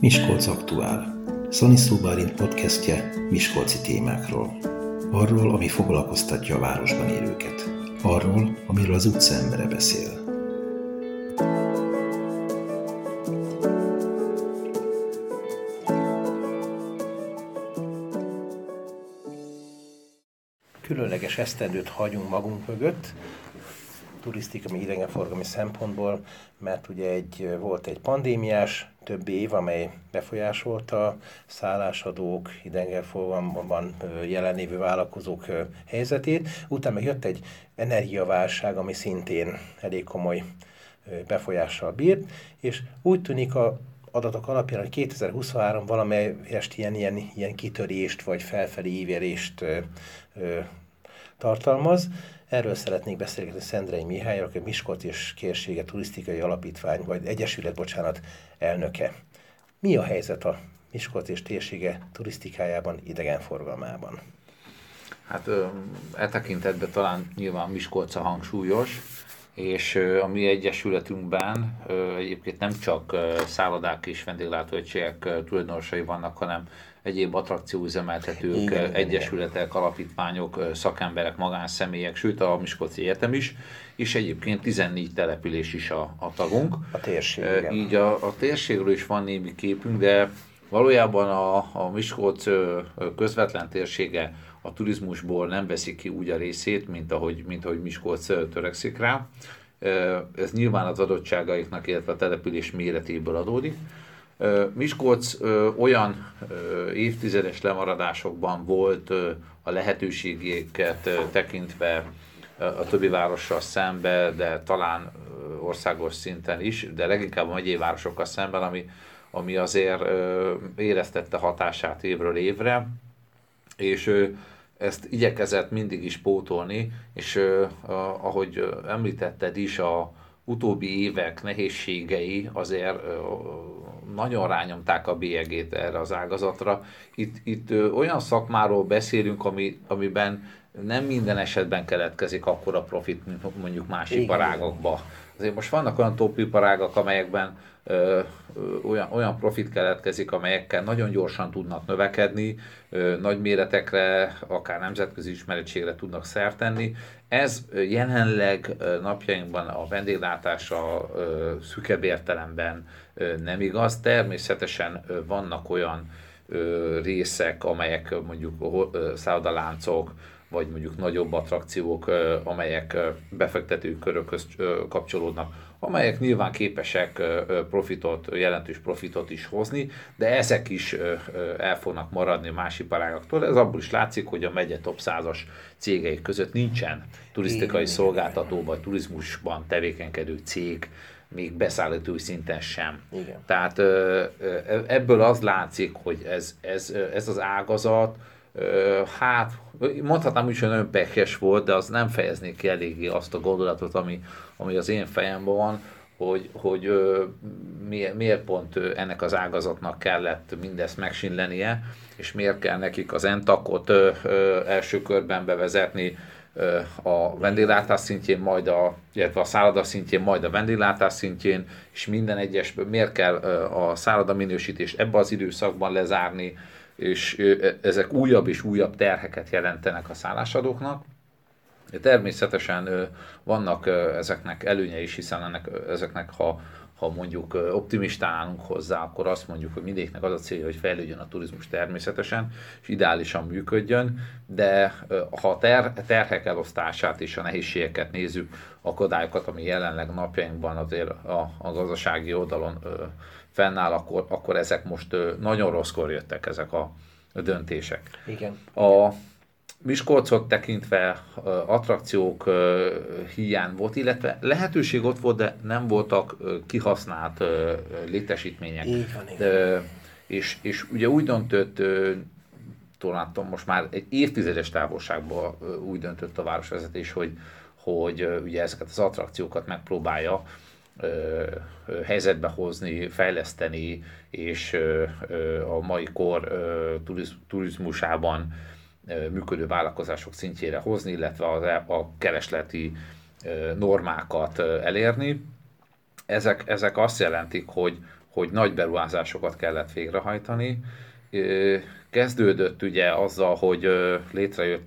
Miskolc aktuál. Szaniszló Bálint podcastje miskolci témákról. Arról, ami foglalkoztatja a városban élőket. Arról, amiről az utca embere beszél. Különleges esztendőt hagyunk magunk mögött, turisztikai, idegenforgalmi szempontból, mert ugye volt egy pandémiás több év, amely befolyásolta a szállásadók, idegenforgalomban jelenlévő vállalkozók helyzetét. Utána meg jött egy energiaválság, ami szintén elég komoly befolyással bírt, és úgy tűnik a adatok alapján, hogy 2023 valamelyest ilyen kitörést vagy felfelé ívelést tartalmaz. Erről szeretnék beszélgetni Szendrei Mihályról, aki Miskolc és Kérsége Turisztikai Alapítvány, vagy Egyesület, elnöke. Mi a helyzet a Miskolc és Térsége turisztikájában, idegenforgalmában? Hát e tekintetben talán nyilván Miskolc a hangsúlyos, és a mi egyesületünkben egyébként nem csak szállodák és vendéglátóegységek tulajdonosai vannak, hanem egyéb attrakcióüzemeltetők, igen, egyesületek, alapítványok, szakemberek, magánszemélyek, sőt a Miskolci Egyetem is, és egyébként 14 település is a tagunk. A térség, igen. Így a térségről is van némi képünk, de valójában a Miskolc közvetlen térsége a turizmusból nem veszi ki úgy a részét, mint ahogy Miskolc törekszik rá. Ez nyilván az adottságaiknak, illetve a település méretéből adódik. Miskolc olyan évtizedes lemaradásokban volt a lehetőségeket tekintve a többi várossal szemben, de talán országos szinten is, de leginkább a megyei városokkal szemben, ami azért éreztette hatását évről évre, és ezt igyekezett mindig is pótolni, és ahogy említetted is, a utóbbi évek nehézségei azért nagyon rányomták a bélyegét erre az ágazatra. Itt olyan szakmáról beszélünk, amiben nem minden esetben keletkezik akkora profit, mint mondjuk más iparágakban. Azért most vannak olyan top iparágak, amelyekben olyan profit keletkezik, amelyekkel nagyon gyorsan tudnak növekedni, nagy méretekre, akár nemzetközi ismerettségre tudnak szert tenni. Ez jelenleg napjainkban a vendéglátásra szűkebb értelemben nem igaz. Természetesen vannak olyan részek, amelyek mondjuk szállodaláncok, vagy mondjuk nagyobb attrakciók, amelyek befektetői körökhöz kapcsolódnak, amelyek nyilván képesek jelentős profitot is hozni, de ezek is el fognak maradni más iparágaktól. Ez abból is látszik, hogy a megye top 100-as cégeik között nincsen turisztikai szolgáltató vagy turizmusban tevékenykedő cég, még beszállítói szinten sem. Igen. Tehát ebből az látszik, hogy ez az ágazat, hát mondhatnám úgy, hogy nagyon pekes volt, de az nem fejeznék ki eléggé azt a gondolatot, ami az én fejemben van, hogy miért pont ennek az ágazatnak kellett mindezt megsínlenie, és miért kell nekik az NTAC-ot első körben bevezetni a vendéglátás szintjén, illetve a szálloda szintjén, majd a vendéglátás szintjén, és minden egyes, miért kell a szálloda minősítést ebbe az időszakban lezárni, és ezek újabb és újabb terheket jelentenek a szállásadóknak. Természetesen vannak ezeknek előnye is, hiszen ezeknek, ha mondjuk optimistán állunk hozzá, akkor azt mondjuk, hogy mindegyiknek az a célja, hogy fejlődjön a turizmus természetesen, és ideálisan működjön, de ha a terhek elosztását és a nehézségeket nézzük, akadályokat, ami jelenleg napjainkban azért a gazdasági oldalon fennáll, akkor ezek most nagyon rosszkor jöttek ezek a döntések. Igen. A Miskolcot tekintve attrakciók hiány volt, illetve lehetőség ott volt, de nem voltak kihasznált létesítmények. Így van. És ugye úgy döntött, talán most már egy évtizedes távolságban úgy döntött a városvezetés, hogy ugye ezeket az attrakciókat megpróbálja helyzetbe hozni, fejleszteni, és a mai kor turizmusában működő vállalkozások szintjére hozni, illetve a keresleti normákat elérni. Ezek azt jelentik, hogy nagy beruházásokat kellett végrehajtani. Kezdődött ugye azzal, hogy létrejött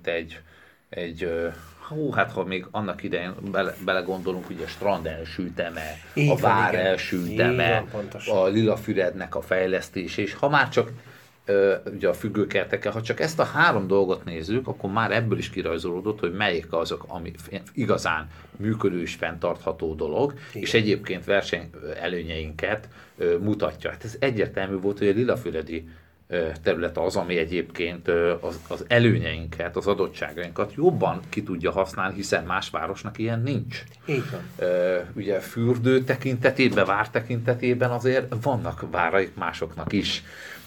hát ha még annak idején belegondolunk, ugye a strand elsülteme, a vár elsülteme, a Lilafürednek a fejlesztése, és ha már csak ugye a függőkertekkel, ha csak ezt a 3 dolgot nézzük, akkor már ebből is kirajzolódott, hogy melyik azok, ami igazán működő és fenntartható dolog, igen. És egyébként versenyelőnyeinket mutatja. Hát ez egyértelmű volt, hogy a lilafüredi terület az, ami egyébként az előnyeinket, az adottságainkat jobban ki tudja használni, hiszen más városnak ilyen nincs. Így van. Ugye fürdő tekintetében, vár tekintetében azért vannak váraik másoknak is.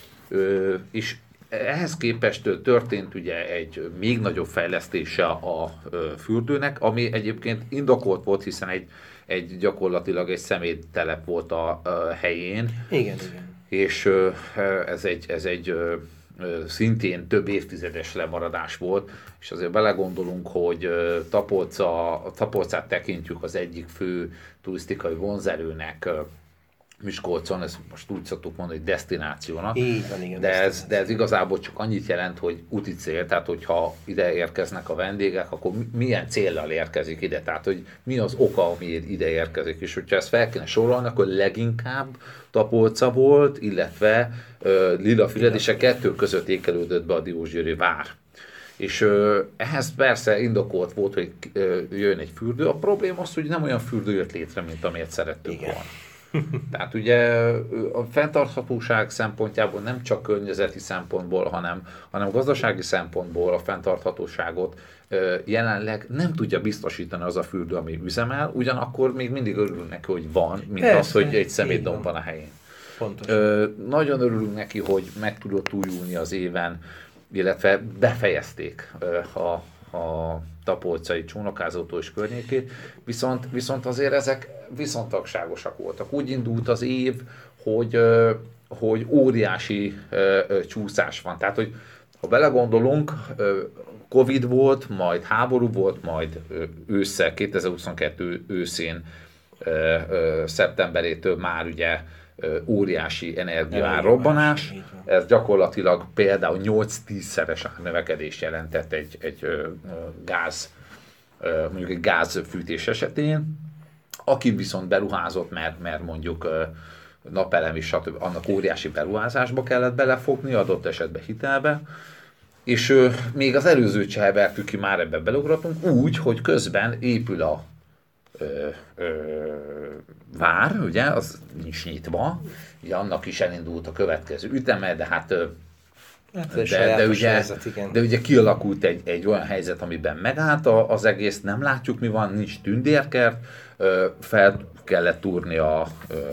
És ehhez képest történt ugye egy még nagyobb fejlesztése a fürdőnek, ami egyébként indokolt volt, hiszen gyakorlatilag egy személytelep volt a helyén. Igen. És ez egy szintén több évtizedes lemaradás volt, és azért belegondolunk, hogy Tapolcát tekintjük az egyik fő turisztikai vonzerőnek Miskolcon, ezt most úgy szoktuk mondani, hogy destinációnak, igen, de ez igazából csak annyit jelent, hogy úti cél, tehát hogyha ide érkeznek a vendégek, akkor milyen céllal érkezik ide, tehát hogy mi az oka, amiért ide érkezik, és hogyha ezt fel kéne sorolni, akkor leginkább Tapolca volt, illetve Lilafüred, és a 2 között ékelődött be a Diósgyőri vár. És ehhez persze indokolt volt, hogy jöjjön egy fürdő. A probléma az, hogy nem olyan fürdő jött létre, mint amilyet szerettünk volna. Tehát ugye a fenntarthatóság szempontjából nem csak környezeti szempontból, hanem gazdasági szempontból a fenntarthatóságot jelenleg nem tudja biztosítani az a fürdő, ami üzemel, ugyanakkor még mindig örülünk neki, hogy van, mint persze, az, hogy egy szemétdomb van a helyén. Nagyon örülünk neki, hogy meg tudott újulni az éven, illetve befejezték a tapolcai csónakázótó és környékét, viszont azért ezek viszontagságosak voltak. Úgy indult az év, hogy óriási csúszás van. Tehát, hogy ha belegondolunk, Covid volt, majd háború volt, majd ősszel, 2022 őszén, szeptemberétől már ugye óriási energiárobbanás. Ez gyakorlatilag például 8-10-szeres növekedést jelentett egy mondjuk egy gázfűtés esetén. Aki viszont beruházott, mert mondjuk napelem is, stb. Annak óriási beruházásba kellett belefogni, adott esetben hitelbe. És még az előző se vertük ki, már ebbe belugratunk, úgy, hogy közben épül a vár, ugye, az nincs nyitva, ugye annak is elindult a következő üteme, de hát de ugye kialakult egy olyan helyzet, amiben megállt az egész, nem látjuk mi van, nincs tündérkert, fel kellett túrni a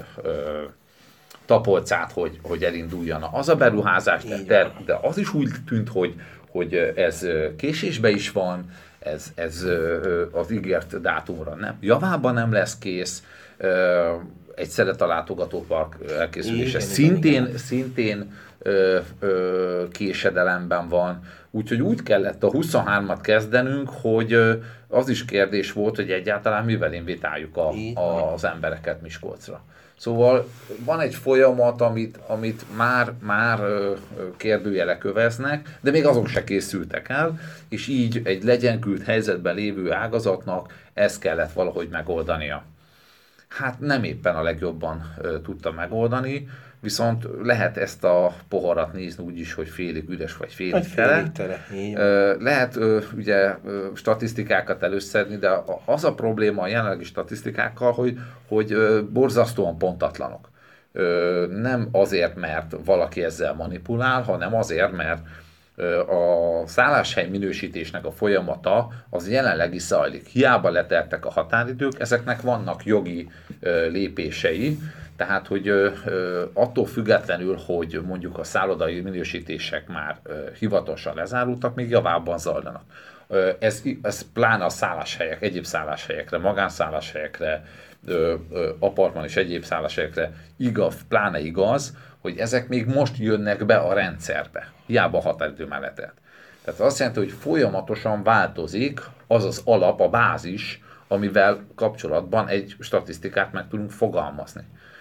Tapolcát, hogy elinduljon az a beruházás, de az is úgy tűnt, hogy ez késésbe is van, ez az ígért dátumra javában nem lesz kész, egy Szereta látogatópark elkészülése szintén késedelemben van, úgyhogy úgy kellett a 23-at kezdenünk, hogy az is kérdés volt, hogy egyáltalán mivel invitáljuk az embereket Miskolcra. Szóval van egy folyamat, amit már kérdőjelek öveznek, de még azok se készültek el, és így egy legyengült helyzetben lévő ágazatnak ezt kellett valahogy megoldania. Hát nem éppen a legjobban tudta megoldani, viszont lehet ezt a poharat nézni úgy is, hogy félig üres vagy félig tele. Lehet ugye statisztikákat előszedni, de az a probléma a jelenlegi statisztikákkal, hogy borzasztóan pontatlanok. Nem azért, mert valaki ezzel manipulál, hanem azért, mert a szálláshely minősítésnek a folyamata az jelenleg is zajlik. Hiába leteltek a határidők, ezeknek vannak jogi lépései, tehát, hogy attól függetlenül, hogy mondjuk a szállodai minősítések már hivatalosan lezárultak, még javában zajlanak. Ez pláne a szálláshelyek, egyéb szálláshelyekre, magánszálláshelyekre, apartman és egyéb szálláshelyekre pláne igaz, hogy ezek még most jönnek be a rendszerbe. Hiába a határidő már letelt. Tehát azt jelenti, hogy folyamatosan változik az az alap, a bázis, amivel kapcsolatban egy statisztikát meg tudunk fogalmazni.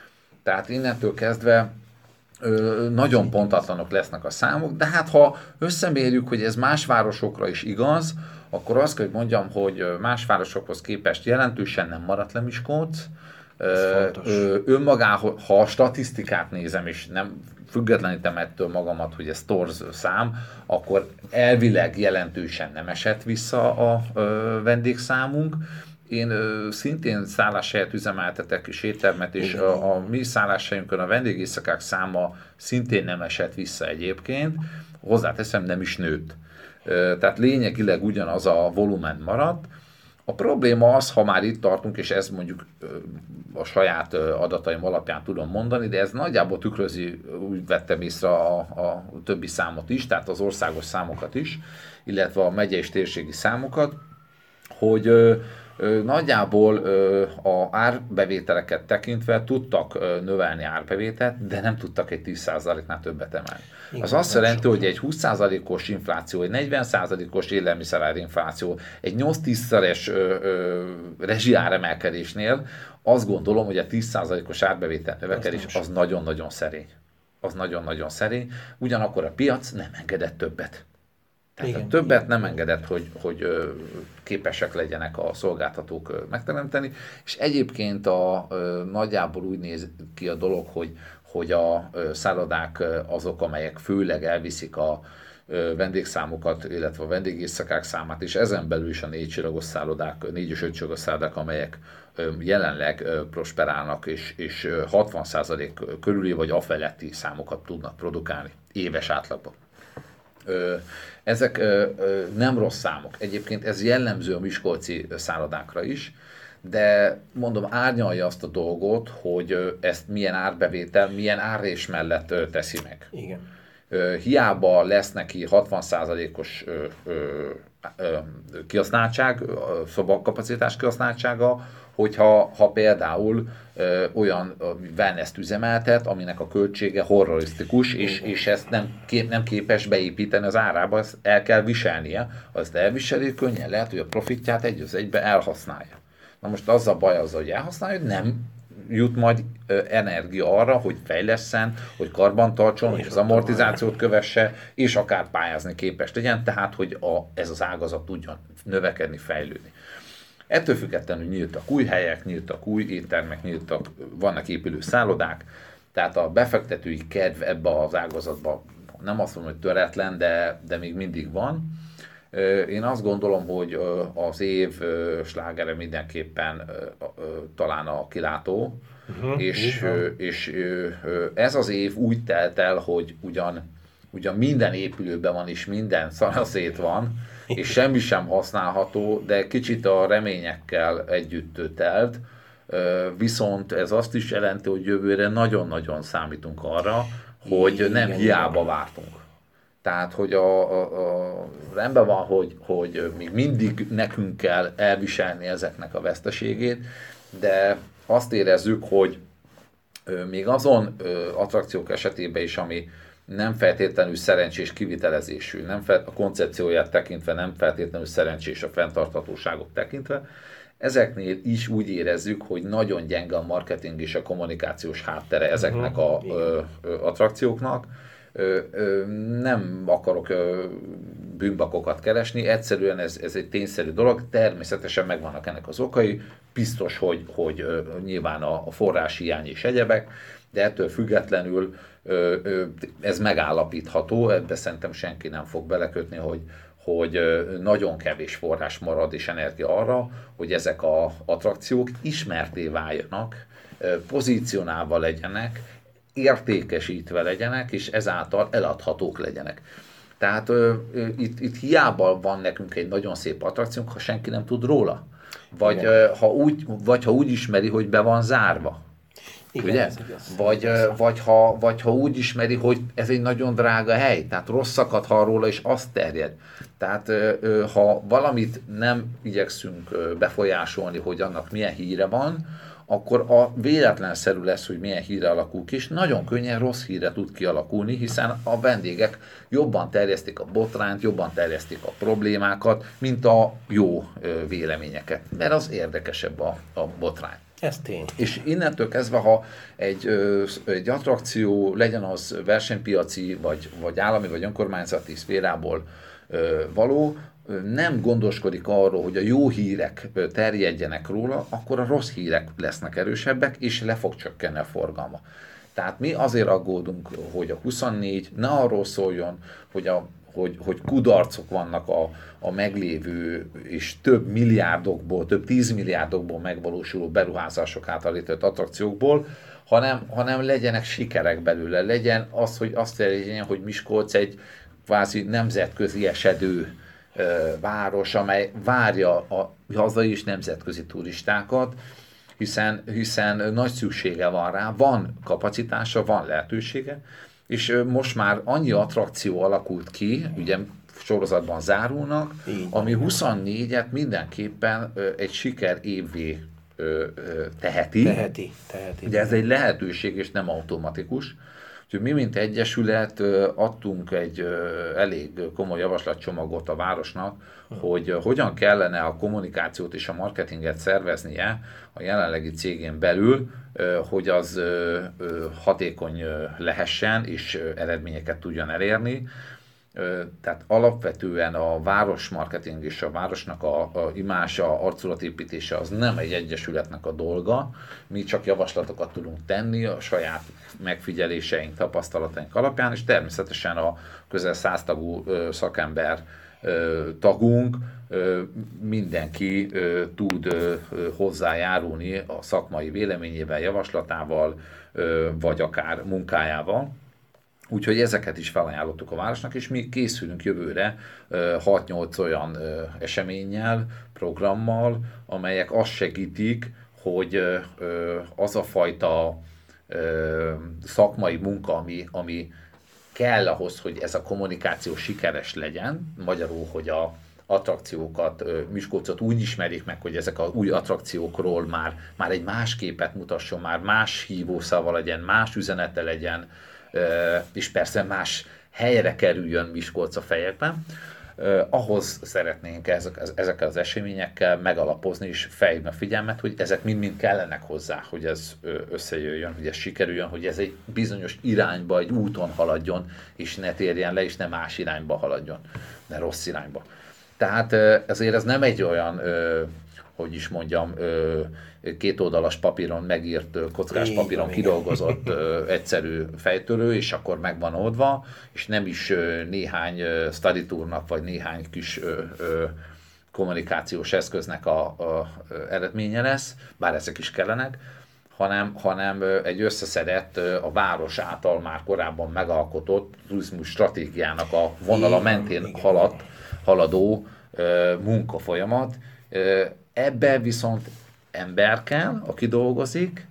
Tehát innentől kezdve nagyon pontatlanok lesznek a számok, de hát ha összemérjük, hogy ez más városokra is igaz, akkor azt kell, hogy mondjam, hogy más városokhoz képest jelentősen nem maradt le Miskolc. Önmagához, ha a statisztikát nézem, és nem függetlenítem ettől magamat, hogy ez torz szám, akkor elvileg jelentősen nem esett vissza a vendégszámunk. Én szintén szálláshelyet üzemeltetek és éttermet, és a mi szálláshelyünkön a vendégészakák száma szintén nem esett vissza egyébként, hozzáteszem, nem is nőtt. Tehát lényegileg ugyanaz a volumen maradt. A probléma az, ha már itt tartunk, és ez mondjuk a saját adataim alapján tudom mondani, de ez nagyjából tükrözi, úgy vettem észre a többi számot is, tehát az országos számokat is, illetve a megyei és térségi számokat, hogy nagyjából a árbevételeket tekintve tudtak növelni árbevételt, de nem tudtak egy 10%-nál többet emelni. Igen, az azt jelenti, hogy egy 20%-os infláció, egy 40%-os élelmiszerárinfláció, egy 8-10-szeres rezsiáremelkedésnél azt gondolom, hogy a 10%-os árbevétel növekedés az nagyon-nagyon szerény. Az nagyon-nagyon szerény. Ugyanakkor a piac nem engedett többet. Tehát többet nem engedett, hogy képesek legyenek a szolgáltatók megteremteni, és egyébként nagyjából úgy néz ki a dolog, hogy a szállodák azok, amelyek főleg elviszik a vendégszámokat, illetve a vendégészakák számát, és ezen belül is a 4 csillagos szállodák, 4 és 5 csillagos szállodák, amelyek jelenleg prosperálnak, és 60% körüli vagy afeletti számokat tudnak produkálni éves átlagban. Ezek nem rossz számok. Egyébként ez jellemző a miskolci szállodákra is, de mondom, árnyalja azt a dolgot, hogy ezt milyen árbevétel, milyen árrés mellett teszi meg. Igen. Hiába lesz neki 60%-os kihasználtság, szobakapacitás kihasználtsága, hogyha például olyan wellness-t üzemeltet, aminek a költsége horrorisztikus, és ezt nem képes beépíteni az árába, ezt el kell viselnie. Ha ezt elviseli, könnyen lehet, hogy a profitját egy az egybe elhasználja. Na most az a baj az, hogy elhasználja, hogy nem jut majd energia arra, hogy fejlesszen, hogy karbantartson, hogy az amortizációt kövesse, és akár pályázni képes legyen, tehát hogy ez az ágazat tudjon növekedni, fejlődni. Ettől függetlenül nyíltak új helyek, nyíltak új éttermek, vannak épülő szállodák, tehát a befektetői kedv ebbe az ágazatba nem azt mondom, hogy töretlen, de még mindig van. Én azt gondolom, hogy az év slágere mindenképpen talán a kilátó, és ez az év úgy telt el, hogy ugyan minden épülőben van, és minden szanaszét van, és semmi sem használható, de kicsit a reményekkel együtt telt, viszont ez azt is jelenti, hogy jövőre nagyon-nagyon számítunk arra, hogy nem hiába vártunk. Tehát, hogy rendben van, hogy még mindig nekünk kell elviselni ezeknek a veszteségét, de azt érezzük, hogy még azon attrakciók esetében is, ami nem feltétlenül szerencsés kivitelezésű, a koncepcióját tekintve nem feltétlenül szerencsés a fenntarthatóságot tekintve, ezeknél is úgy érezzük, hogy nagyon gyenge a marketing és a kommunikációs háttere ezeknek az attrakcióknak. Nem akarok bűnbakokat keresni, egyszerűen ez egy tényszerű dolog, természetesen megvannak ennek az okai, biztos, hogy nyilván a forráshiány és egyebek, de ettől függetlenül ez megállapítható, ebbe szerintem senki nem fog belekötni, hogy nagyon kevés forrás marad és energia arra, hogy ezek az attrakciók ismerté váljanak, pozícionálva legyenek, értékesítve legyenek, és ezáltal eladhatók legyenek. Tehát itt hiába van nekünk egy nagyon szép attrakciónk, ha senki nem tud róla. Vagy ha úgy ismeri, hogy be van zárva. Igen, ugye? Vagy ha úgy ismeri, hogy ez egy nagyon drága hely, tehát rosszakat hall róla, és azt terjed. Tehát ha valamit nem igyekszünk befolyásolni, hogy annak milyen híre van, akkor a véletlenszerű lesz, hogy milyen híre alakul ki, és nagyon könnyen rossz híre tud kialakulni, hiszen a vendégek jobban terjesztik a botrányt, jobban terjesztik a problémákat, mint a jó véleményeket, mert az érdekesebb a botrány. Ez tény. És innentől kezdve, ha egy attrakció, legyen az versenypiaci, vagy állami, vagy önkormányzati szférából való, nem gondoskodik arról, hogy a jó hírek terjedjenek róla, akkor a rossz hírek lesznek erősebbek, és le fog csökkenni a forgalma. Tehát mi azért aggódunk, hogy a 24 ne arról szóljon, hogy kudarcok vannak a meglévő és több milliárdokból, több 10 milliárdokból megvalósuló beruházások által létrejött attrakciókból, hanem legyenek sikerek belőle. Legyen az, hogy azt jelenti, hogy Miskolc egy kvázi nemzetközi esedő város, amely várja a hazai és nemzetközi turistákat, hiszen nagy szüksége van rá, van kapacitása, van lehetősége, és most már annyi attrakció alakult ki, ugye sorozatban zárulnak, ami 24-et mindenképpen egy siker évvé teheti. Ugye ez egy lehetőség, és nem automatikus. Úgyhogy mi, mint egyesület adtunk egy elég komoly javaslatcsomagot a városnak, hogy hogyan kellene a kommunikációt és a marketinget szerveznie a jelenlegi cégén belül, hogy az hatékony lehessen és eredményeket tudjon elérni. Tehát alapvetően a városmarketing és a városnak a imása, arculatépítése az nem egy egyesületnek a dolga. Mi csak javaslatokat tudunk tenni a saját megfigyeléseink, tapasztalataink alapján, és természetesen a közel 100 tagú szakember tagunk, mindenki tud hozzájárulni a szakmai véleményével, javaslatával, vagy akár munkájával. Úgyhogy ezeket is felajánlottuk a városnak, és mi készülünk jövőre 6-8 olyan eseménnyel, programmal, amelyek azt segítik, hogy az a fajta szakmai munka, ami kell ahhoz, hogy ez a kommunikáció sikeres legyen, magyarul, hogy a attrakciókat, Miskolcot úgy ismerik meg, hogy ezek az új attrakciókról már egy más képet mutasson, már más hívószava legyen, más üzenete legyen, és persze más helyre kerüljön Miskolc a fejekben. Ahhoz szeretnénk ezekkel az eseményekkel megalapozni és felhívni a figyelmet, hogy ezek mind-mind kellenek hozzá, hogy ez összejöjjön, hogy ez sikerüljön, hogy ez egy bizonyos irányba, egy úton haladjon, és ne térjen le, és ne más irányba haladjon, ne rossz irányba. Tehát ezért ez nem egy olyan, hogy is mondjam, kétoldalas papíron megírt, kockás papíron kidolgozott egyszerű fejtörő, és akkor meg van oldva, és nem is néhány study tournak, vagy néhány kis kommunikációs eszköznek a eredménye lesz, bár ezek is kellenek, hanem egy összeszedett, a város által már korábban megalkotott turizmus stratégiának a vonala mentén haladó munkafolyamat. Ebben viszont ember kell, aki dolgozik,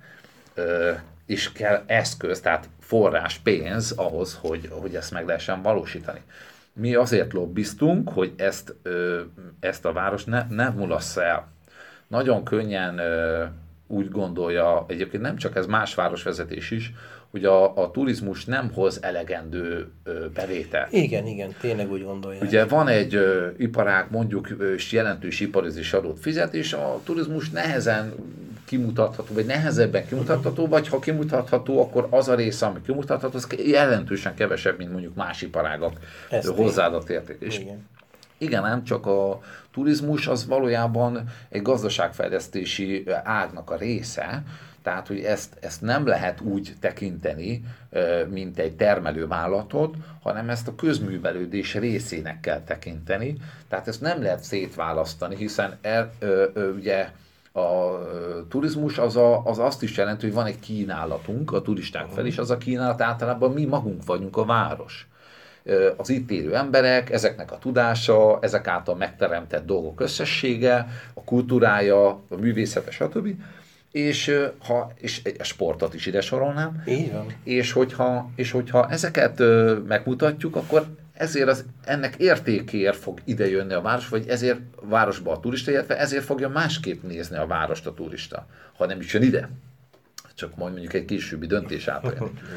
és kell eszköz, tehát forrás, pénz ahhoz, hogy ezt meg lehessen valósítani. Mi azért lobbiztunk, hogy ezt a város ne mulassza el. Nagyon könnyen úgy gondolja, egyébként nem csak ez, más városvezetés is, hogy a turizmus nem hoz elegendő bevételt. Igen, tényleg úgy gondolják. Ugye van egy iparág, mondjuk jelentős iparüzési adót fizet, és a turizmus nehezen kimutatható, vagy nehezebben kimutatható, vagy ha kimutatható, akkor az a része, ami kimutatható, az jelentősen kevesebb, mint mondjuk más iparágak hozzáadott érték. Igen, nem csak a turizmus, az valójában egy gazdaságfejlesztési ágnak a része, tehát, hogy ezt nem lehet úgy tekinteni, mint egy termelővállalatot, hanem ezt a közművelődés részének kell tekinteni. Tehát ezt nem lehet szétválasztani, hiszen ugye a turizmus az azt is jelenti, hogy van egy kínálatunk a turisták felé, és az a kínálat általában mi magunk vagyunk a város. Az itt élő emberek, ezeknek a tudása, ezek által megteremtett dolgok összessége, a kultúrája, a művészete, stb. És a sportot is ide sorolnám. Így van. És hogyha ezeket megmutatjuk, akkor ezért ennek értékéért fog ide jönni a város, vagy ezért városba a turista, illetve ezért fogja másképp nézni a várost a turista, ha nem is jön ide. Csak majd mondjuk egy későbbi döntés által.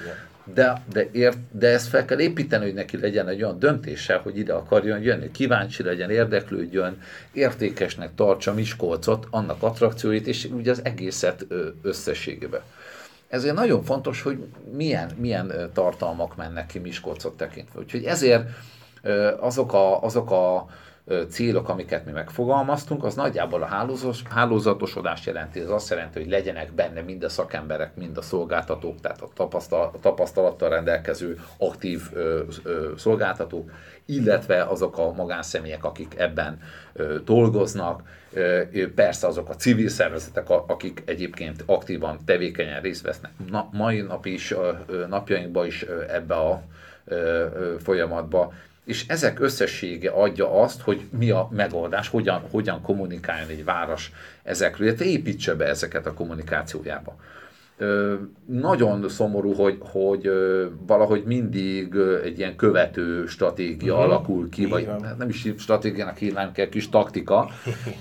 de ezt fel kell építeni, hogy neki legyen egy olyan döntése, hogy ide akarjon jönni, kíváncsi legyen, érdeklődjön, értékesnek tartsa Miskolcot, annak attrakcióit, és ugye az egészet összességében. Ezért nagyon fontos, hogy milyen tartalmak mennek ki Miskolcot tekintve. Úgyhogy ezért azok a célok, amiket mi megfogalmaztunk, az nagyjából a hálózatosodást jelenti. Ez azt jelenti, hogy legyenek benne mind a szakemberek, mind a szolgáltatók, tehát a tapasztalattal rendelkező aktív szolgáltatók, illetve azok a magánszemélyek, akik ebben dolgoznak, persze azok a civil szervezetek, akik egyébként aktívan, tevékenyen részt vesznek mai napjainkban is ebbe a folyamatba. És ezek összessége adja azt, hogy mi a megoldás, hogyan kommunikáljon egy város ezekről, illetve építse be ezeket a kommunikációjába. Nagyon szomorú, hogy valahogy mindig egy ilyen követő stratégia alakul ki, vagy nem is stratégiának hívnám kell, kis taktika,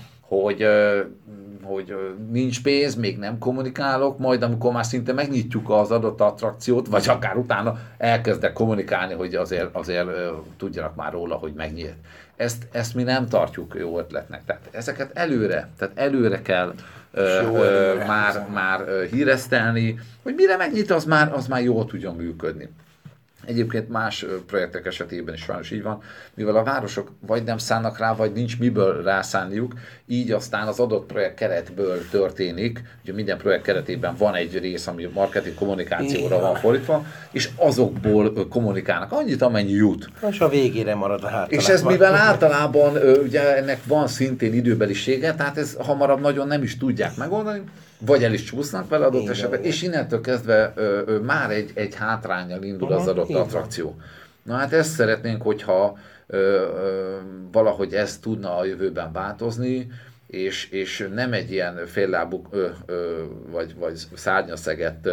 hogy nincs pénz, még nem kommunikálok, majd amikor már szinte megnyitjuk az adott attrakciót, vagy akár utána elkezdek kommunikálni, hogy azért tudjanak már róla, hogy megnyílt. Ezt mi nem tartjuk jó ötletnek. Tehát ezeket előre kell már híresztelni, hogy mire megnyit, az már jól tudjon működni. Egyébként más projektek esetében is sajnos így van, mivel a városok vagy nem szánnak rá, vagy nincs miből rászánniuk, így aztán az adott projekt keretből történik, ugye minden projekt keretében van egy rész, ami marketing kommunikációra van fordítva, és azokból kommunikálnak annyit, amennyi jut. És a végére marad általában. És ez mivel általában ugye ennek van szintén időbelisége, tehát ez hamarabb nagyon nem is tudják megoldani, vagy el is csúsznak vele adott esetben, és innentől kezdve már egy hátránnyal indul az adott attrakció. Na hát ezt szeretnénk, hogyha valahogy ez tudna a jövőben változni, és nem egy ilyen féllábú vagy szárnyaszegett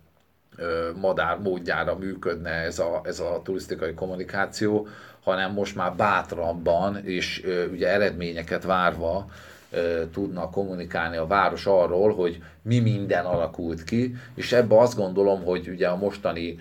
madár módjára működne ez a turisztikai kommunikáció, hanem most már bátrabban és ugye eredményeket várva tudna kommunikálni a város arról, hogy mi minden alakult ki, és ebbe azt gondolom, hogy ugye a mostani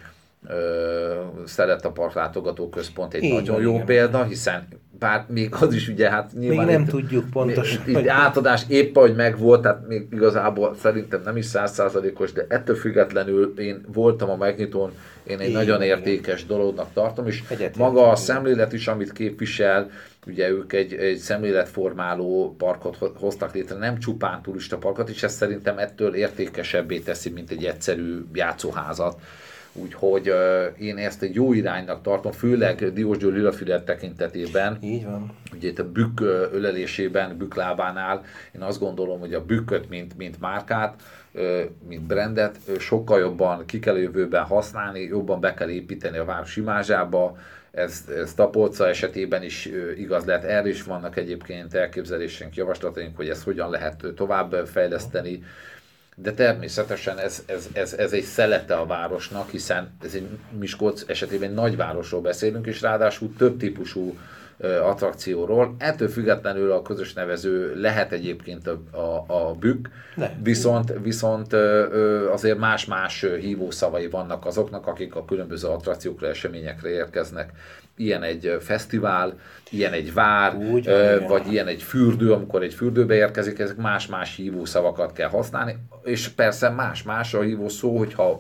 Szeretepark látogatóközpont egy nagyon jó példa, hiszen bár még az is ugye hát nyilván... Még nem tudjuk pontosan. Itt átadás épp, hogy megvolt, tehát még igazából szerintem nem is 100%-os, de ettől függetlenül én voltam a megnyitón, én egy nagyon értékes dolognak tartom, és maga a szemlélet is, amit képvisel, ugye ők egy szemléletformáló parkot hoztak létre, nem csupán turista parkot, és ez szerintem ettől értékesebbé teszi, mint egy egyszerű játszóházat. Úgyhogy én ezt egy jó iránynak tartom, főleg Diósgyőr Lilafüred tekintetében. Így van. Ugye itt a bükk ölelésében, bükk lábánál, én azt gondolom, hogy a bükköt, mint márkát, mint brandet sokkal jobban ki kell jövőben használni, jobban be kell építeni a város imázsába. Ez Tapolca esetében is igaz lehet, erre is vannak egyébként elképzeléseink, javaslataink, hogy ezt hogyan lehet tovább fejleszteni. De természetesen ez egy szelete a városnak, hiszen ez egy Miskolc esetében egy nagyvárosról beszélünk, és ráadásul több típusú attrakcióról. Ettől függetlenül a közös nevező lehet egyébként a bükk, viszont azért más-más hívószavai vannak azoknak, akik a különböző attrakciókra, eseményekre érkeznek. Ilyen egy fesztivál, ilyen egy vár, vagy ilyen egy fürdő, amikor egy fürdőbe érkezik, ezek más-más hívószavakat kell használni, és persze más-más a hívószó, hogyha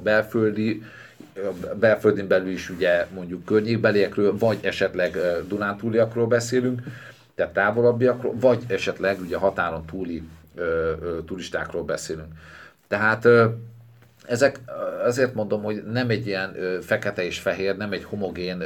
belföldön belül is ugye mondjuk környékbeliekről, vagy esetleg dunántúliakról beszélünk, tehát távolabbiakról, vagy esetleg ugye határon túli turistákról beszélünk. Tehát ezek, azért mondom, hogy nem egy ilyen fekete és fehér, nem egy homogén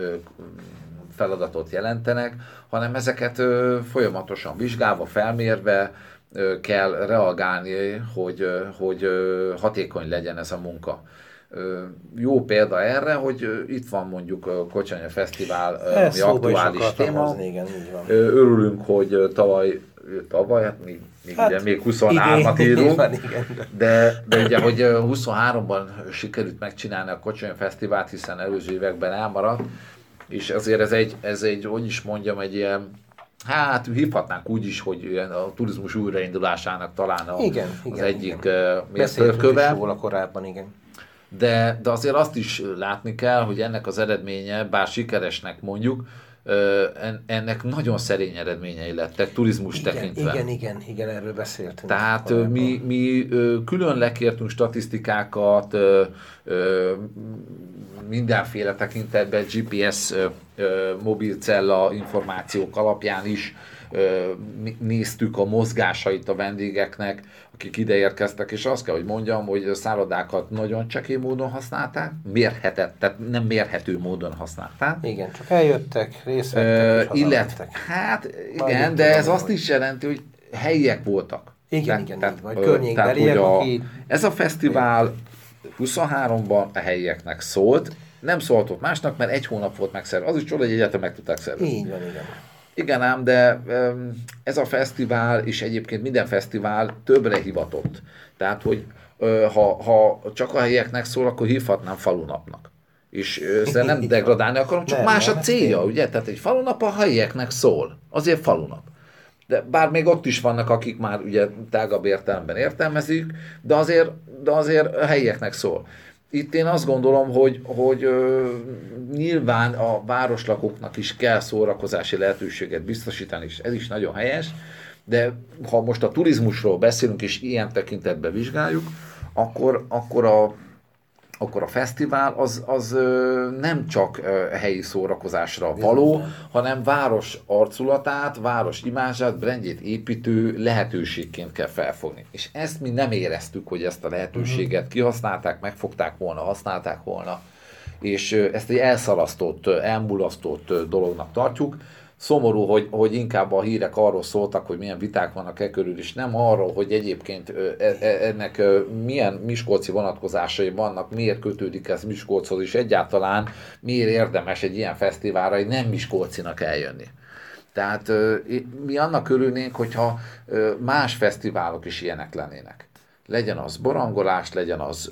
feladatot jelentenek, hanem ezeket folyamatosan vizsgálva, felmérve kell reagálni, hogy hatékony legyen ez a munka. Jó példa erre, hogy itt van mondjuk a Kocsonya Fesztivál, ami aktuális téma. Igen, így van. Örülünk, hogy tavaly hát még 23-at írunk, de ugye, hogy 23-ban sikerült megcsinálni a Kocsonya Fesztivált, hiszen előző években elmaradt, és azért ez egy, hogy is mondjam, egy ilyen, hát hívhatnánk úgy is, hogy a turizmus újraindulásának talán az egyik mérföldköve. Róla korábban, igen. de azért azt is látni kell, hogy ennek az eredménye, bár sikeresnek mondjuk, ennek nagyon szerény eredményei lettek turizmus tekintve. Igen, erről beszéltünk. Tehát mi külön lekértünk statisztikákat, mindenféle tekintetben GPS mobilcella információk alapján is néztük a mozgásait a vendégeknek, akik ide érkeztek, és azt kell, hogy mondjam, hogy a szállodákat nagyon csekély módon használták, tehát nem mérhető módon használták. Igen, csak eljöttek, részt vettek, és hazamentek. Hát igen, de ez azt is jelenti, hogy helyiek voltak. Igen, vagy környékbeliek, ez a fesztivál 23-ban a helyieknek szólt, nem szóltott másnak, mert egy hónap volt megszervezve. Az is csoda, hogy egyáltalán meg tudták szervezni. Így van. Igen ám, de ez a fesztivál, és egyébként minden fesztivál többre hivatott. Tehát, hogy ha csak a helyieknek szól, akkor hívhatnám falunapnak. És ezzel nem degradálni akarom, csak más a célja, ugye? Tehát egy falunap a helyieknek szól. Azért falunap. De bár még ott is vannak, akik már ugye tágabb értelemben értelmezik, de azért a helyieknek szól. Itt én azt gondolom, hogy nyilván a városlakóknak is kell szórakozási lehetőséget biztosítani, és ez is nagyon helyes, de ha most a turizmusról beszélünk, és ilyen tekintetben vizsgáljuk, akkor a fesztivál az nem csak helyi szórakozásra való, hanem város arculatát, város imázsát, brandjét építő lehetőségként kell felfogni. És ezt mi nem éreztük, hogy ezt a lehetőséget kihasználták, megfogták volna, használták volna, és ezt egy elszalasztott, elmulasztott dolognak tartjuk. Szomorú, hogy inkább a hírek arról szóltak, hogy milyen viták vannak körül, és nem arról, hogy egyébként ennek milyen miskolci vonatkozásai vannak, miért kötődik ez Miskolchoz, és egyáltalán miért érdemes egy ilyen fesztiválra egy nem miskolcinak eljönni. Tehát mi annak örülnénk, hogyha más fesztiválok is ilyenek lennének. Legyen az borangolás, legyen az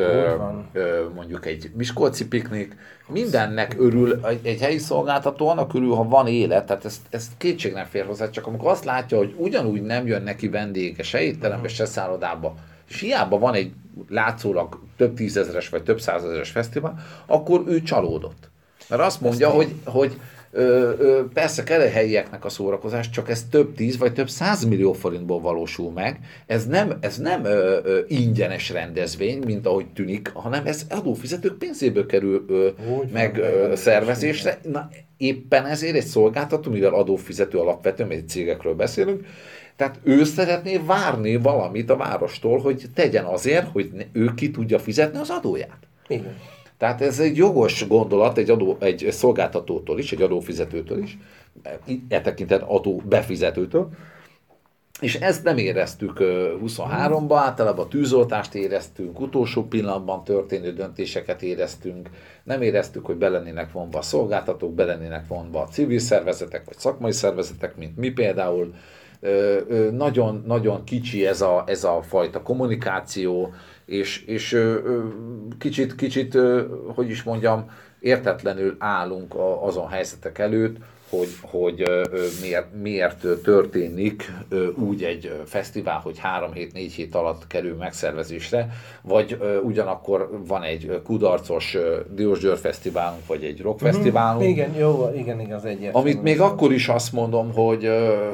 mondjuk egy miskolci piknik, mindennek örül egy helyi szolgáltató, annak örül, ha van élet, tehát ezt kétség nem fér hozzá, csak amikor azt látja, hogy ugyanúgy nem jön neki vendége, se étterembe, se szállodába, és hiába van egy látszólag több tízezeres vagy több százezeres fesztivál, akkor ő csalódott. Mert azt mondja, hogy persze kell a helyieknek a szórakozás, csak ez több 10 vagy több 100 millió forintból valósul meg. Ez nem ingyenes rendezvény, mint ahogy tűnik, hanem ez adófizetők pénzéből kerül meg szervezésre. Na, éppen ezért egy szolgáltató, mivel adófizető alapvetően, egy cégekről beszélünk, tehát ő szeretné várni valamit a várostól, hogy tegyen azért, hogy ő ki tudja fizetni az adóját. Igen. Tehát ez egy jogos gondolat egy szolgáltatótól is, egy adófizetőtől is, e tekintet adó befizetőtől, és ezt nem éreztük 23-ban, általában tűzoltást éreztünk, utolsó pillanatban történő döntéseket éreztünk, nem éreztük, hogy belennének vonva a szolgáltatók, belennének vonva a civil szervezetek, vagy szakmai szervezetek, mint mi például. Nagyon, nagyon kicsi ez a fajta kommunikáció, és kicsit, hogy is mondjam, értetlenül állunk azon helyzetek előtt, hogy miért történik úgy egy fesztivál, hogy 3 hét, 4 hét alatt kerül megszervezésre, vagy ugyanakkor van egy kudarcos Diós Győr fesztiválunk, vagy egy rock fesztiválunk. Igen, az egyértelmű. Amit még akkor is azt mondom, hogy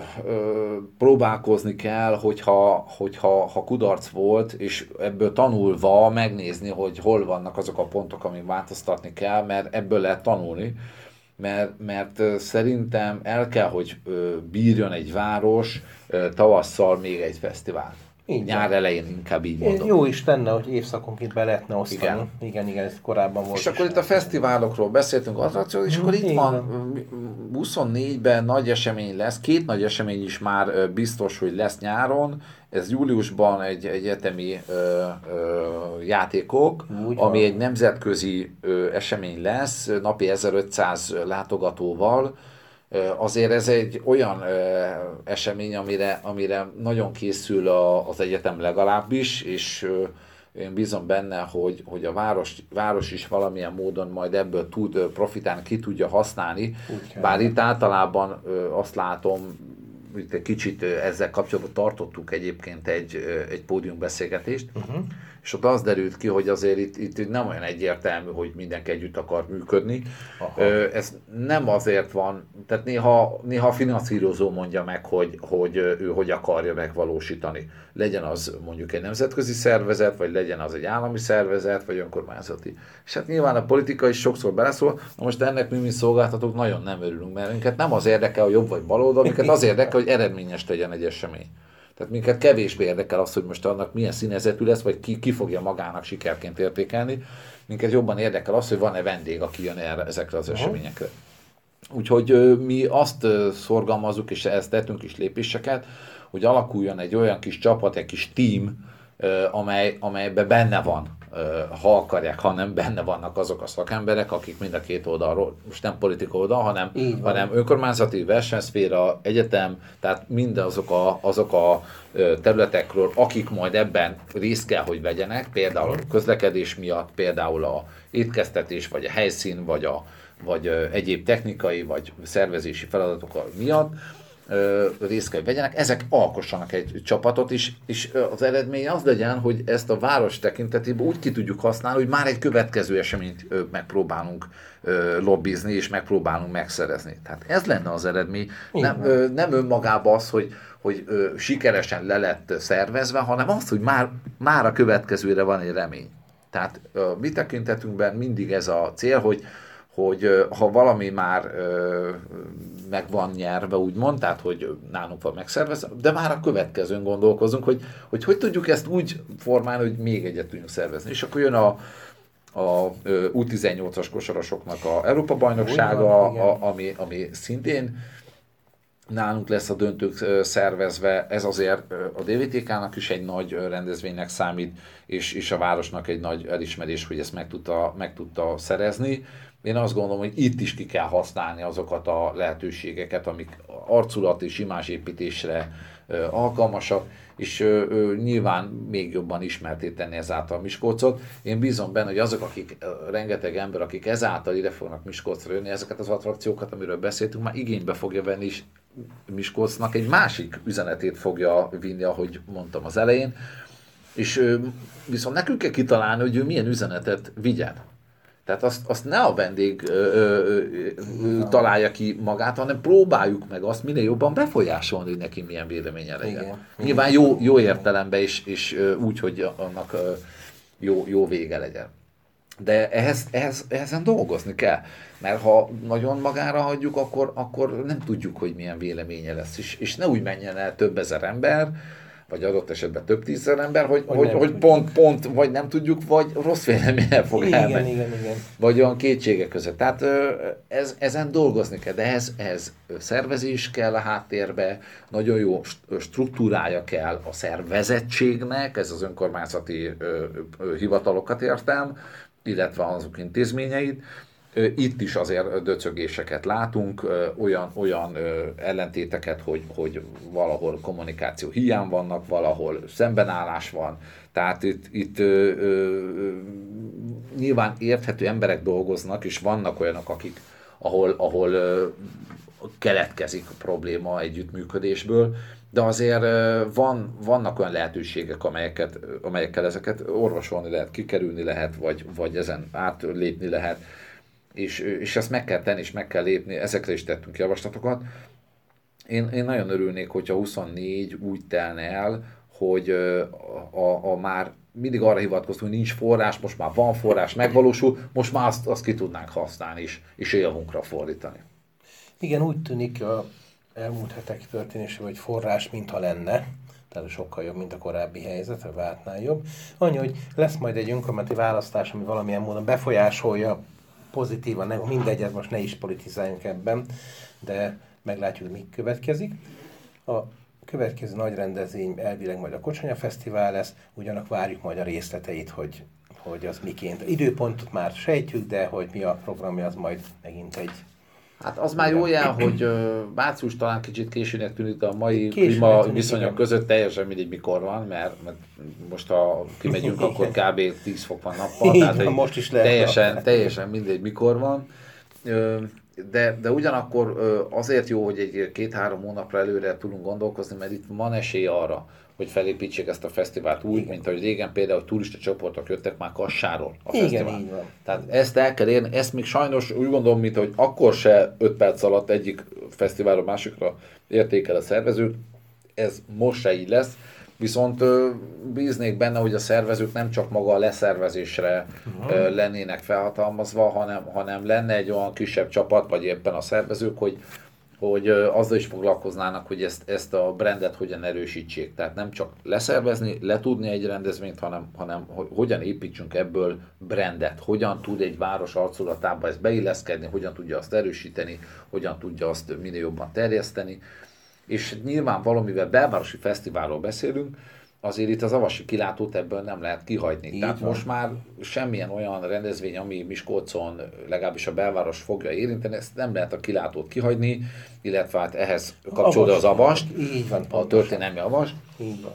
próbálkozni kell, hogyha kudarc volt, és ebből tanulva megnézni, hogy hol vannak azok a pontok, amik változtatni kell, mert ebből lehet tanulni. Mert szerintem el kell, hogy bírjon egy város tavasszal még egy fesztivál. Nyár elején inkább így mondom. Jó is lenne, hogy évszakonként be lehetne osztani. Igen, ez korábban volt. És akkor itt a fesztiválokról beszéltünk, attrakciók, és akkor itt van 24-ben nagy esemény lesz, 2 nagy esemény is már biztos, hogy lesz nyáron. Ez júliusban egy egyetemi játékok, ami egy nemzetközi esemény lesz, napi 1500 látogatóval. Azért ez egy olyan esemény, amire nagyon készül az egyetem legalábbis, és én bízom benne, hogy a város is valamilyen módon majd ebből tud profitálni, ki tudja használni. Bár itt általában azt látom, itt egy kicsit ezzel kapcsolatban tartottuk egyébként egy pódiumbeszélgetést, és ott az derült ki, hogy azért itt nem olyan egyértelmű, hogy mindenki együtt akar működni. Ez nem azért van, tehát néha a finanszírozó mondja meg, hogy ő hogy akarja megvalósítani. Legyen az mondjuk egy nemzetközi szervezet, vagy legyen az egy állami szervezet, vagy önkormányzati. És hát nyilván a politika is sokszor beleszól, na most ennek mi szolgáltatók nagyon nem örülünk, mert minket nem az érdekel a jobb vagy baloldal, minket az érdekel, hogy eredményes legyen egy esemény. Tehát minket kevésbé érdekel az, hogy most annak milyen színezetű lesz, vagy ki fogja magának sikerként értékelni. Minket jobban érdekel az, hogy van-e vendég, aki jön erre, ezekre az eseményekre. Úgyhogy mi azt szorgalmazzuk, és ezt tettünk is lépéseket, hogy alakuljon egy olyan kis csapat, egy kis team, amelyben benne van, ha akarják, hanem benne vannak azok a szakemberek, akik mind a két oldalról, most nem politika oldal, hanem önkormányzati, versenyszféra, egyetem, tehát mind azok a területekről, akik majd ebben részt kell, hogy vegyenek, például a közlekedés miatt, például a étkeztetés, vagy a helyszín, vagy egyéb technikai, vagy szervezési feladatok miatt, részt kell, hogy vegyenek, ezek alkossanak egy csapatot is, és az eredmény az legyen, hogy ezt a város tekintetében úgy ki tudjuk használni, hogy már egy következő eseményt megpróbálunk lobbizni, és megpróbálunk megszerezni. Tehát ez lenne az eredmény. Nem önmagában az, hogy sikeresen le lett szervezve, hanem az, hogy már a következőre van egy remény. Tehát mi tekintetünkben mindig ez a cél, hogy ha valami már meg van nyerve, úgymond, tehát hogy nálunk van megszervezve, de már a következőn gondolkozunk, hogy tudjuk ezt úgy formálni, hogy még egyet tudjunk szervezni. És akkor jön a U18-as kosarasoknak a Európa-bajnoksága, ami szintén nálunk lesz a döntők szervezve. Ez azért a DVTK-nak is egy nagy rendezvénynek számít, és a városnak egy nagy elismerés, hogy ezt meg tudta szerezni. Én azt gondolom, hogy itt is ki kell használni azokat a lehetőségeket, amik arculat és imázsépítésre alkalmasak, és nyilván még jobban ismerté tenni ezáltal Miskolcot. Én bízom benne, hogy azok, rengeteg ember, akik ezáltal ide fognak Miskolcra jönni, ezeket az attrakciókat, amiről beszéltünk, már igénybe fogja venni, és Miskolcnak egy másik üzenetét fogja vinni, ahogy mondtam az elején. És viszont nekünk kell kitalálni, hogy ő milyen üzenetet vigyen. Tehát azt ne a vendég találja ki magát, hanem próbáljuk meg azt minél jobban befolyásolni, hogy neki milyen véleménye legyen. Igen. Nyilván jó értelemben és úgy, hogy annak jó vége legyen. De ezen dolgozni kell. Mert ha nagyon magára hagyjuk, akkor nem tudjuk, hogy milyen véleménye lesz. És ne úgy menjen el több ezer ember, vagy adott esetben több tízezer ember, hogy pont, vagy nem tudjuk, vagy rossz véleménye fog elmenni. Igen. Vagy olyan kétségek között. Tehát ezen dolgozni kell, de ehhez szervezés kell a háttérbe, nagyon jó struktúrája kell a szervezettségnek, ez az önkormányzati hivatalokat értem, illetve azok intézményeit. Itt is azért döcögéseket látunk, olyan ellentéteket, hogy valahol kommunikáció hiány vannak, valahol szembenállás van. Tehát itt nyilván érthető emberek dolgoznak, és vannak olyanok, ahol keletkezik a probléma együttműködésből, de azért vannak olyan lehetőségek, amelyekkel ezeket orvosolni lehet, kikerülni lehet, vagy ezen átlépni lehet. És ezt meg kell tenni, és meg kell lépni, ezekre is tettünk javaslatokat. Én nagyon örülnék, hogyha 24 úgy telne el, hogy a már mindig arra hivatkoztunk, hogy nincs forrás, most már van forrás, megvalósul, most már azt ki tudnánk használni és élvunkra fordítani. Igen, úgy tűnik a elmúlt hetek történése, hogy forrás mintha lenne, tehát sokkal jobb, mint a korábbi helyzet, a vártnál jobb. Annyi, hogy lesz majd egy önkormányzati választás, ami valamilyen módon befolyásolja pozitívan, mindegy, ez most ne is politizáljunk ebben, de meglátjuk, mi következik. A következő nagy rendezvény elvileg majd a Kocsonya Fesztivál lesz, ugyanak várjuk majd a részleteit, hogy az miként. Időpontot már sejtjük, de hogy mi a programja, az majd megint egy... Hát az már jó jel, hogy március talán kicsit későnek tűnik a mai klímaviszonyok között, teljesen mindig mikor van, mert most ha kimegyünk, akkor kb. 10 fok van nappal, tehát most is teljesen mindegy mikor van. de ugyanakkor azért jó, hogy egy 2-3 hónapra előre tudunk gondolkozni, mert itt van esély arra, hogy felépítsék ezt a fesztivált úgy, mint ahogy régen például turista csoportok jöttek már Kassáról a fesztivál. Így van. Tehát ezt el kell érni, ezt még sajnos úgy gondolom, mint hogy akkor se 5 perc alatt egyik fesztiválra másikra értékel a szervezők, ez most se így lesz, viszont bíznék benne, hogy a szervezők nem csak maga a leszervezésre lennének felhatalmazva, hanem lenne egy olyan kisebb csapat, vagy éppen a szervezők, hogy azzal is foglalkoznának, hogy ezt a brandet hogyan erősítsék. Tehát nem csak leszervezni, letudni egy rendezvényt, hanem hogyan építsünk ebből brandet, hogyan tud egy város arculatába ezt beilleszkedni, hogyan tudja azt erősíteni, hogyan tudja azt minél jobban terjeszteni. És nyilván valamivel belvárosi fesztiválról beszélünk, azért itt az avasi kilátót ebből nem lehet kihagyni. Így Tehát van. most már semmilyen olyan rendezvény, ami Miskolcon legalábbis a belváros fogja érinteni, ezt nem lehet a kilátót kihagyni, illetve hát ehhez kapcsolódva az avast, Így van, a történelmi avast. Így van.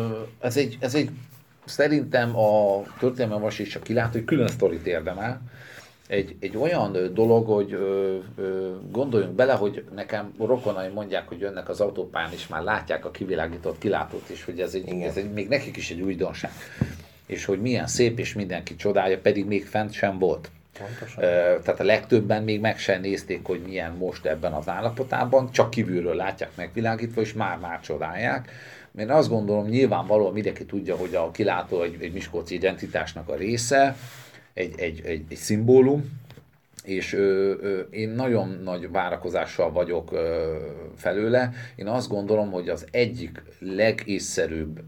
Ez egy szerintem a történelmi avast és a kilátó egy külön sztorit érdemel. Egy olyan dolog, hogy gondoljunk bele, hogy nekem rokonaim mondják, hogy jönnek az autópályán, és már látják a kivilágított kilátót, és hogy ez még nekik is egy újdonság. És hogy milyen szép, és mindenki csodálja, pedig még fent sem volt. Pontosan. Tehát a legtöbben még meg sem nézték, hogy milyen most ebben az állapotában, csak kívülről látják megvilágítva, és már csodálják. Én azt gondolom, nyilvánvalóan mindenki tudja, hogy a kilátó egy miskolci identitásnak a része, egy szimbólum, és én nagyon nagy várakozással vagyok felőle. Én azt gondolom, hogy az egyik legészszerűbb,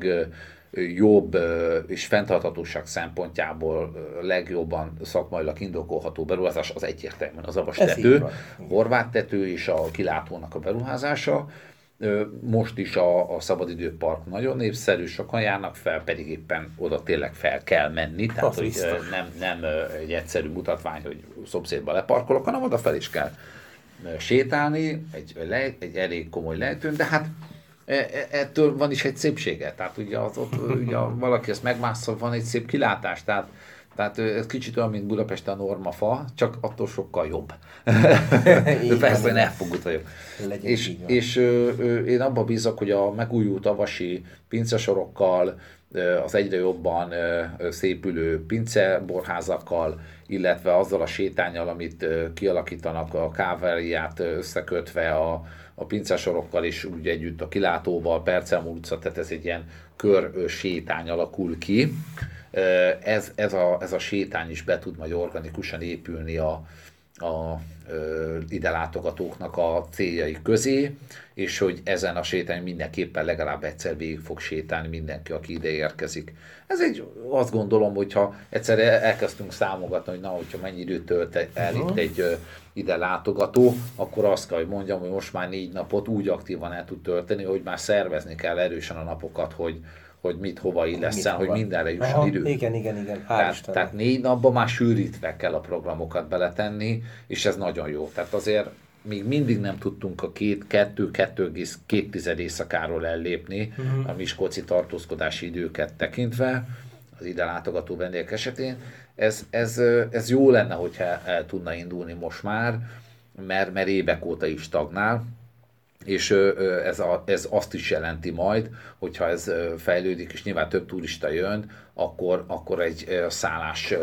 legjobb és fenntarthatóság szempontjából legjobban szakmailag indokolható beruházás az egyértelműen az avas tető, horvát tető és a kilátónak a beruházása. Most is a szabadidőpark nagyon népszerű, sokan járnak fel, pedig éppen oda tényleg fel kell menni, tehát hogy nem egy egyszerű mutatvány, hogy szomszédba leparkolok, hanem oda fel is kell sétálni, egy elég komoly lejtőn, de hát ettől van is egy szépsége, tehát ugye ugye valaki ezt megmászol, van egy szép kilátás, tehát ez kicsit olyan, mint Budapesten a Normafa, csak attól sokkal jobb. De persze, én elfogult vagyok. És én abban bízok, hogy a megújult avasi pincesorokkal, az egyre jobban szépülő pinceborházakkal, illetve azzal a sétánnyal, amit kialakítanak a káveriát összekötve a pincesorokkal és úgy együtt a kilátóval, Percelm utca, tehát ez egy ilyen kör sétány alakul ki. Ez a sétány is be tud majd organikusan épülni a ide látogatóknak a céljai közé, és hogy ezen a sétány mindenképpen legalább egyszer végig fog sétálni mindenki, aki ide érkezik. Azt gondolom, hogyha egyszer elkezdtünk számogatni, hogy hogyha mennyi időt tölt el itt egy ide látogató, akkor azt kell, hogy mondjam, hogy most már 4 napot úgy aktívan el tud tölteni, hogy már szervezni kell erősen a napokat, hogy mit hova illesszen, hogy mindenre jusson idő. Igen. Tehát 4 napban már sűrítve kell a programokat beletenni, és ez nagyon jó. Tehát azért még mindig nem tudtunk a 2,2 éjszakáról ellépni a miskolci tartózkodási időket tekintve, az ide látogató vendégek esetén. Ez jó lenne, hogyha el tudna indulni most már, mert évek óta is stagnál. És ez azt is jelenti majd, hogyha ez fejlődik, és nyilván több turista jön, akkor egy szállás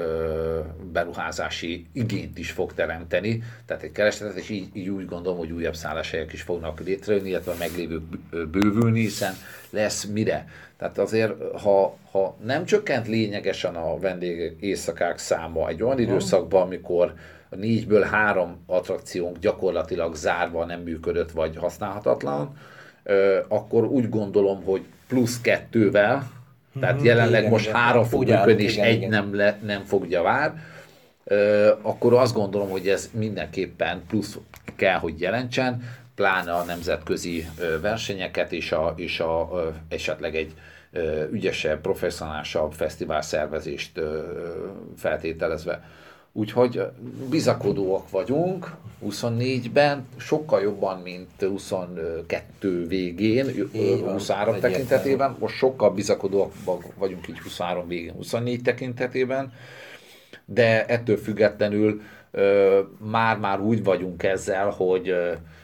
beruházási igényt is fog teremteni, tehát egy keresletet, és így úgy gondolom, hogy újabb szálláshelyek is fognak létrejönni, illetve a meglévők bővülni, hiszen lesz mire. Tehát azért, ha nem csökkent lényegesen a vendégek éjszakák száma egy olyan időszakban, amikor a 4-ből 3 attrakciónk gyakorlatilag zárva nem működött, vagy használhatatlan, akkor úgy gondolom, hogy plusz 2-vel, tehát jelenleg most 3 fog működni, és egy nem fogja vár, akkor azt gondolom, hogy ez mindenképpen plusz kell, hogy jelentsen, pláne a nemzetközi versenyeket és esetleg egy ügyesebb, professzionálisabb fesztivál szervezést feltételezve. Úgyhogy bizakodóak vagyunk 24-ben, sokkal jobban, mint 22 végén, 23 tekintetében. Most sokkal bizakodóak vagyunk így 23 végén, 24 tekintetében, de ettől függetlenül már úgy vagyunk ezzel, hogy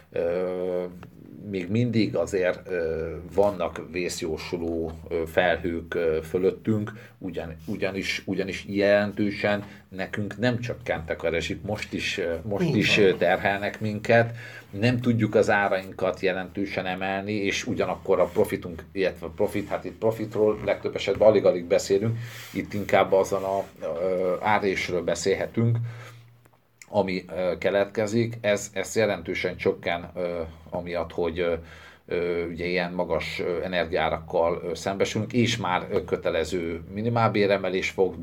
még mindig azért vannak vészjósoló felhők fölöttünk, ugyanis jelentősen nekünk nem csökkentek a rezsik, most is terhelnek minket, nem tudjuk az árainkat jelentősen emelni, és ugyanakkor a profitunk, illetve itt profitról legtöbb esetben alig-alig beszélünk, itt inkább azon a árésről beszélhetünk, ami keletkezik, ez jelentősen csökken, amiatt, hogy ugye ilyen magas energiárakkal szembesülünk, és már kötelező minimálbéremelés fog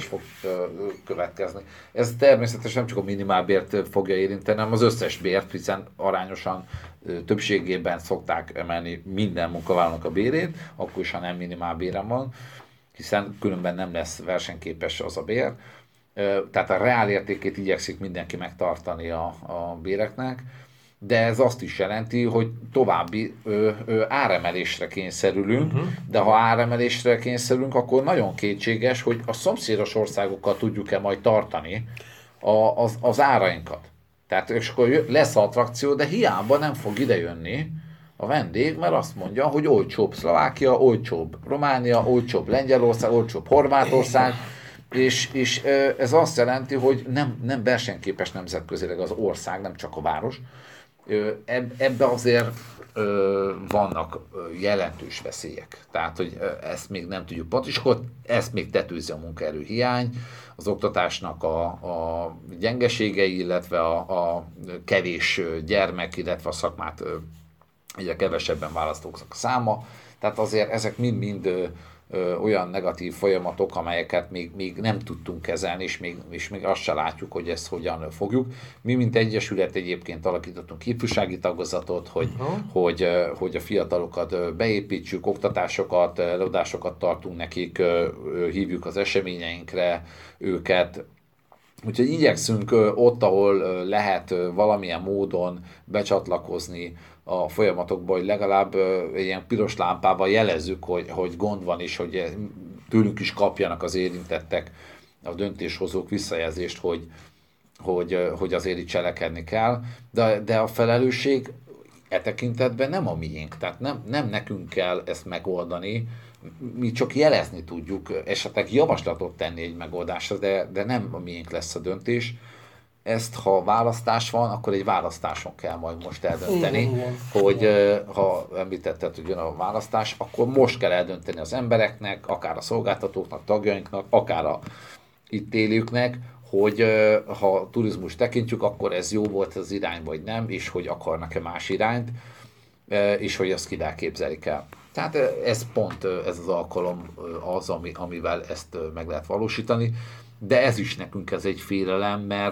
következni. Ez természetesen nem csak a minimálbért fogja érinteni, hanem az összes bért, hiszen arányosan többségében szokták emelni minden munkavállalónak a bérét, akkor is, ha nem minimálbérem van, hiszen különben nem lesz versenyképes az a bér. Tehát a reál értékét igyekszik mindenki megtartani a béreknek, de ez azt is jelenti, hogy további áremelésre kényszerülünk, de ha áremelésre kényszerülünk, akkor nagyon kétséges, hogy a szomszédos országokkal tudjuk-e majd tartani az árainkat. Tehát és akkor lesz attrakció, de hiába nem fog idejönni a vendég, mert azt mondja, hogy olcsóbb Szlovákia, olcsóbb Románia, olcsóbb Lengyelország, olcsóbb Horvátország, és ez azt jelenti, hogy nem versenyképes nemzetközileg az ország, nem csak a város. Ebbe azért vannak jelentős veszélyek. Tehát, hogy ezt még nem tudjuk pontosan, ezt még tetőzi a munkaerő hiány, az oktatásnak a gyengeségei, illetve a kevés gyermek, illetve a szakmát egyre kevesebben választók száma. Tehát azért ezek mind-mind olyan negatív folyamatok, amelyeket még nem tudtunk kezelni, és még azt se látjuk, hogy ezt hogyan fogjuk. Mi, mint egyesület egyébként alakítottunk ifjúsági tagozatot, hogy a fiatalokat beépítsük, oktatásokat, előadásokat tartunk nekik, hívjuk az eseményeinkre őket. Úgyhogy igyekszünk ott, ahol lehet valamilyen módon becsatlakozni a folyamatokba, hogy legalább ilyen piros lámpával jelezzük, hogy gond van, és hogy tőlünk is kapjanak az érintettek, a döntéshozók visszajelzést, hogy azért itt cselekedni kell. De a felelősség e tekintetben nem a miénk, tehát nem nekünk kell ezt megoldani, mi csak jelezni tudjuk, esetleg javaslatot tenni egy megoldásra, de nem a miénk lesz a döntés. Ezt, ha választás van, akkor egy választáson kell majd most eldönteni, hogy ha említetted, hogy jön a választás, akkor most kell eldönteni az embereknek, akár a szolgáltatóknak, tagjainknak, akár a itt élőknek, hogy ha turizmus tekintjük, akkor ez jó volt az irány, vagy nem, és hogy akarnak-e más irányt, és hogy azt kivel képzelik el. Tehát ez pont ez az alkalom az, amivel ezt meg lehet valósítani. De ez is nekünk ez egy félelem, mert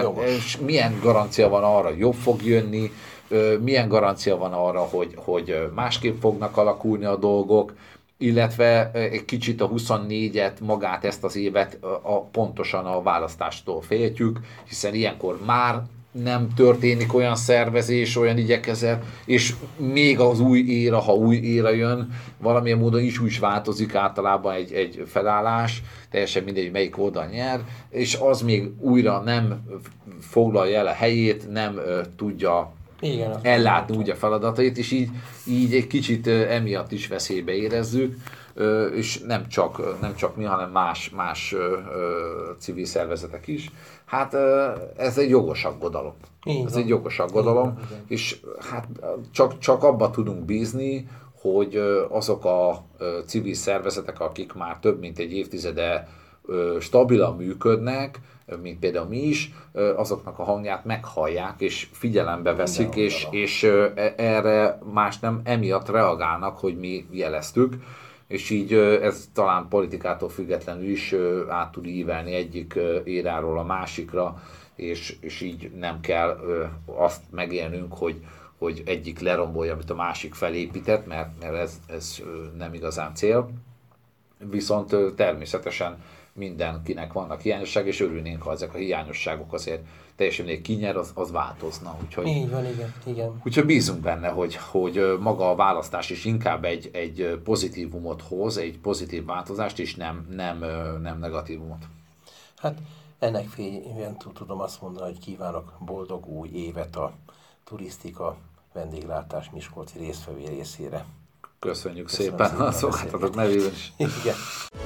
milyen garancia van arra, hogy jobb fog jönni, milyen garancia van arra, hogy másképp fognak alakulni a dolgok, illetve egy kicsit a 24-et, magát ezt az évet pontosan a választástól féltjük, hiszen ilyenkor már nem történik olyan szervezés, olyan igyekezet, és még az új éra, ha új éra jön, valamilyen módon is változik általában egy felállás, teljesen mindegy, melyik oldal nyer, és az még újra nem foglalja el a helyét, nem tudja ellátni úgy a feladatait, és így egy kicsit emiatt is veszélybe érezzük, és nem csak mi, hanem más civil szervezetek is. Hát ez egy jogos aggodalom. Egy jogos aggodalom, és hát csak abba tudunk bízni, hogy azok a civil szervezetek, akik már több mint egy évtizede stabilan működnek, mint például mi is, azoknak a hangját meghallják, és figyelembe veszik, és erre más nem emiatt reagálnak, hogy mi jeleztük, és így ez talán politikától függetlenül is át tud ívelni egyik éráról a másikra, és így nem kell azt megélnünk, hogy egyik lerombolja, amit a másik felépített, mert ez nem igazán cél. Viszont természetesen mindenkinek vannak hiányosság, és örülnénk, ha ezek a hiányosságok azért teljesen mindegy kinyer, az változna. Úgyhogy, így van, igen. Úgyhogy bízunk benne, hogy maga a választás is inkább egy pozitívumot hoz, egy pozitív változást, és nem negatívumot. Hát Ennek fényében tudom azt mondani, hogy kívánok boldog új évet a turisztika vendéglátás miskolci résztvevő részére. Köszönjük szépen a szolgáltatók nevében is. Igen.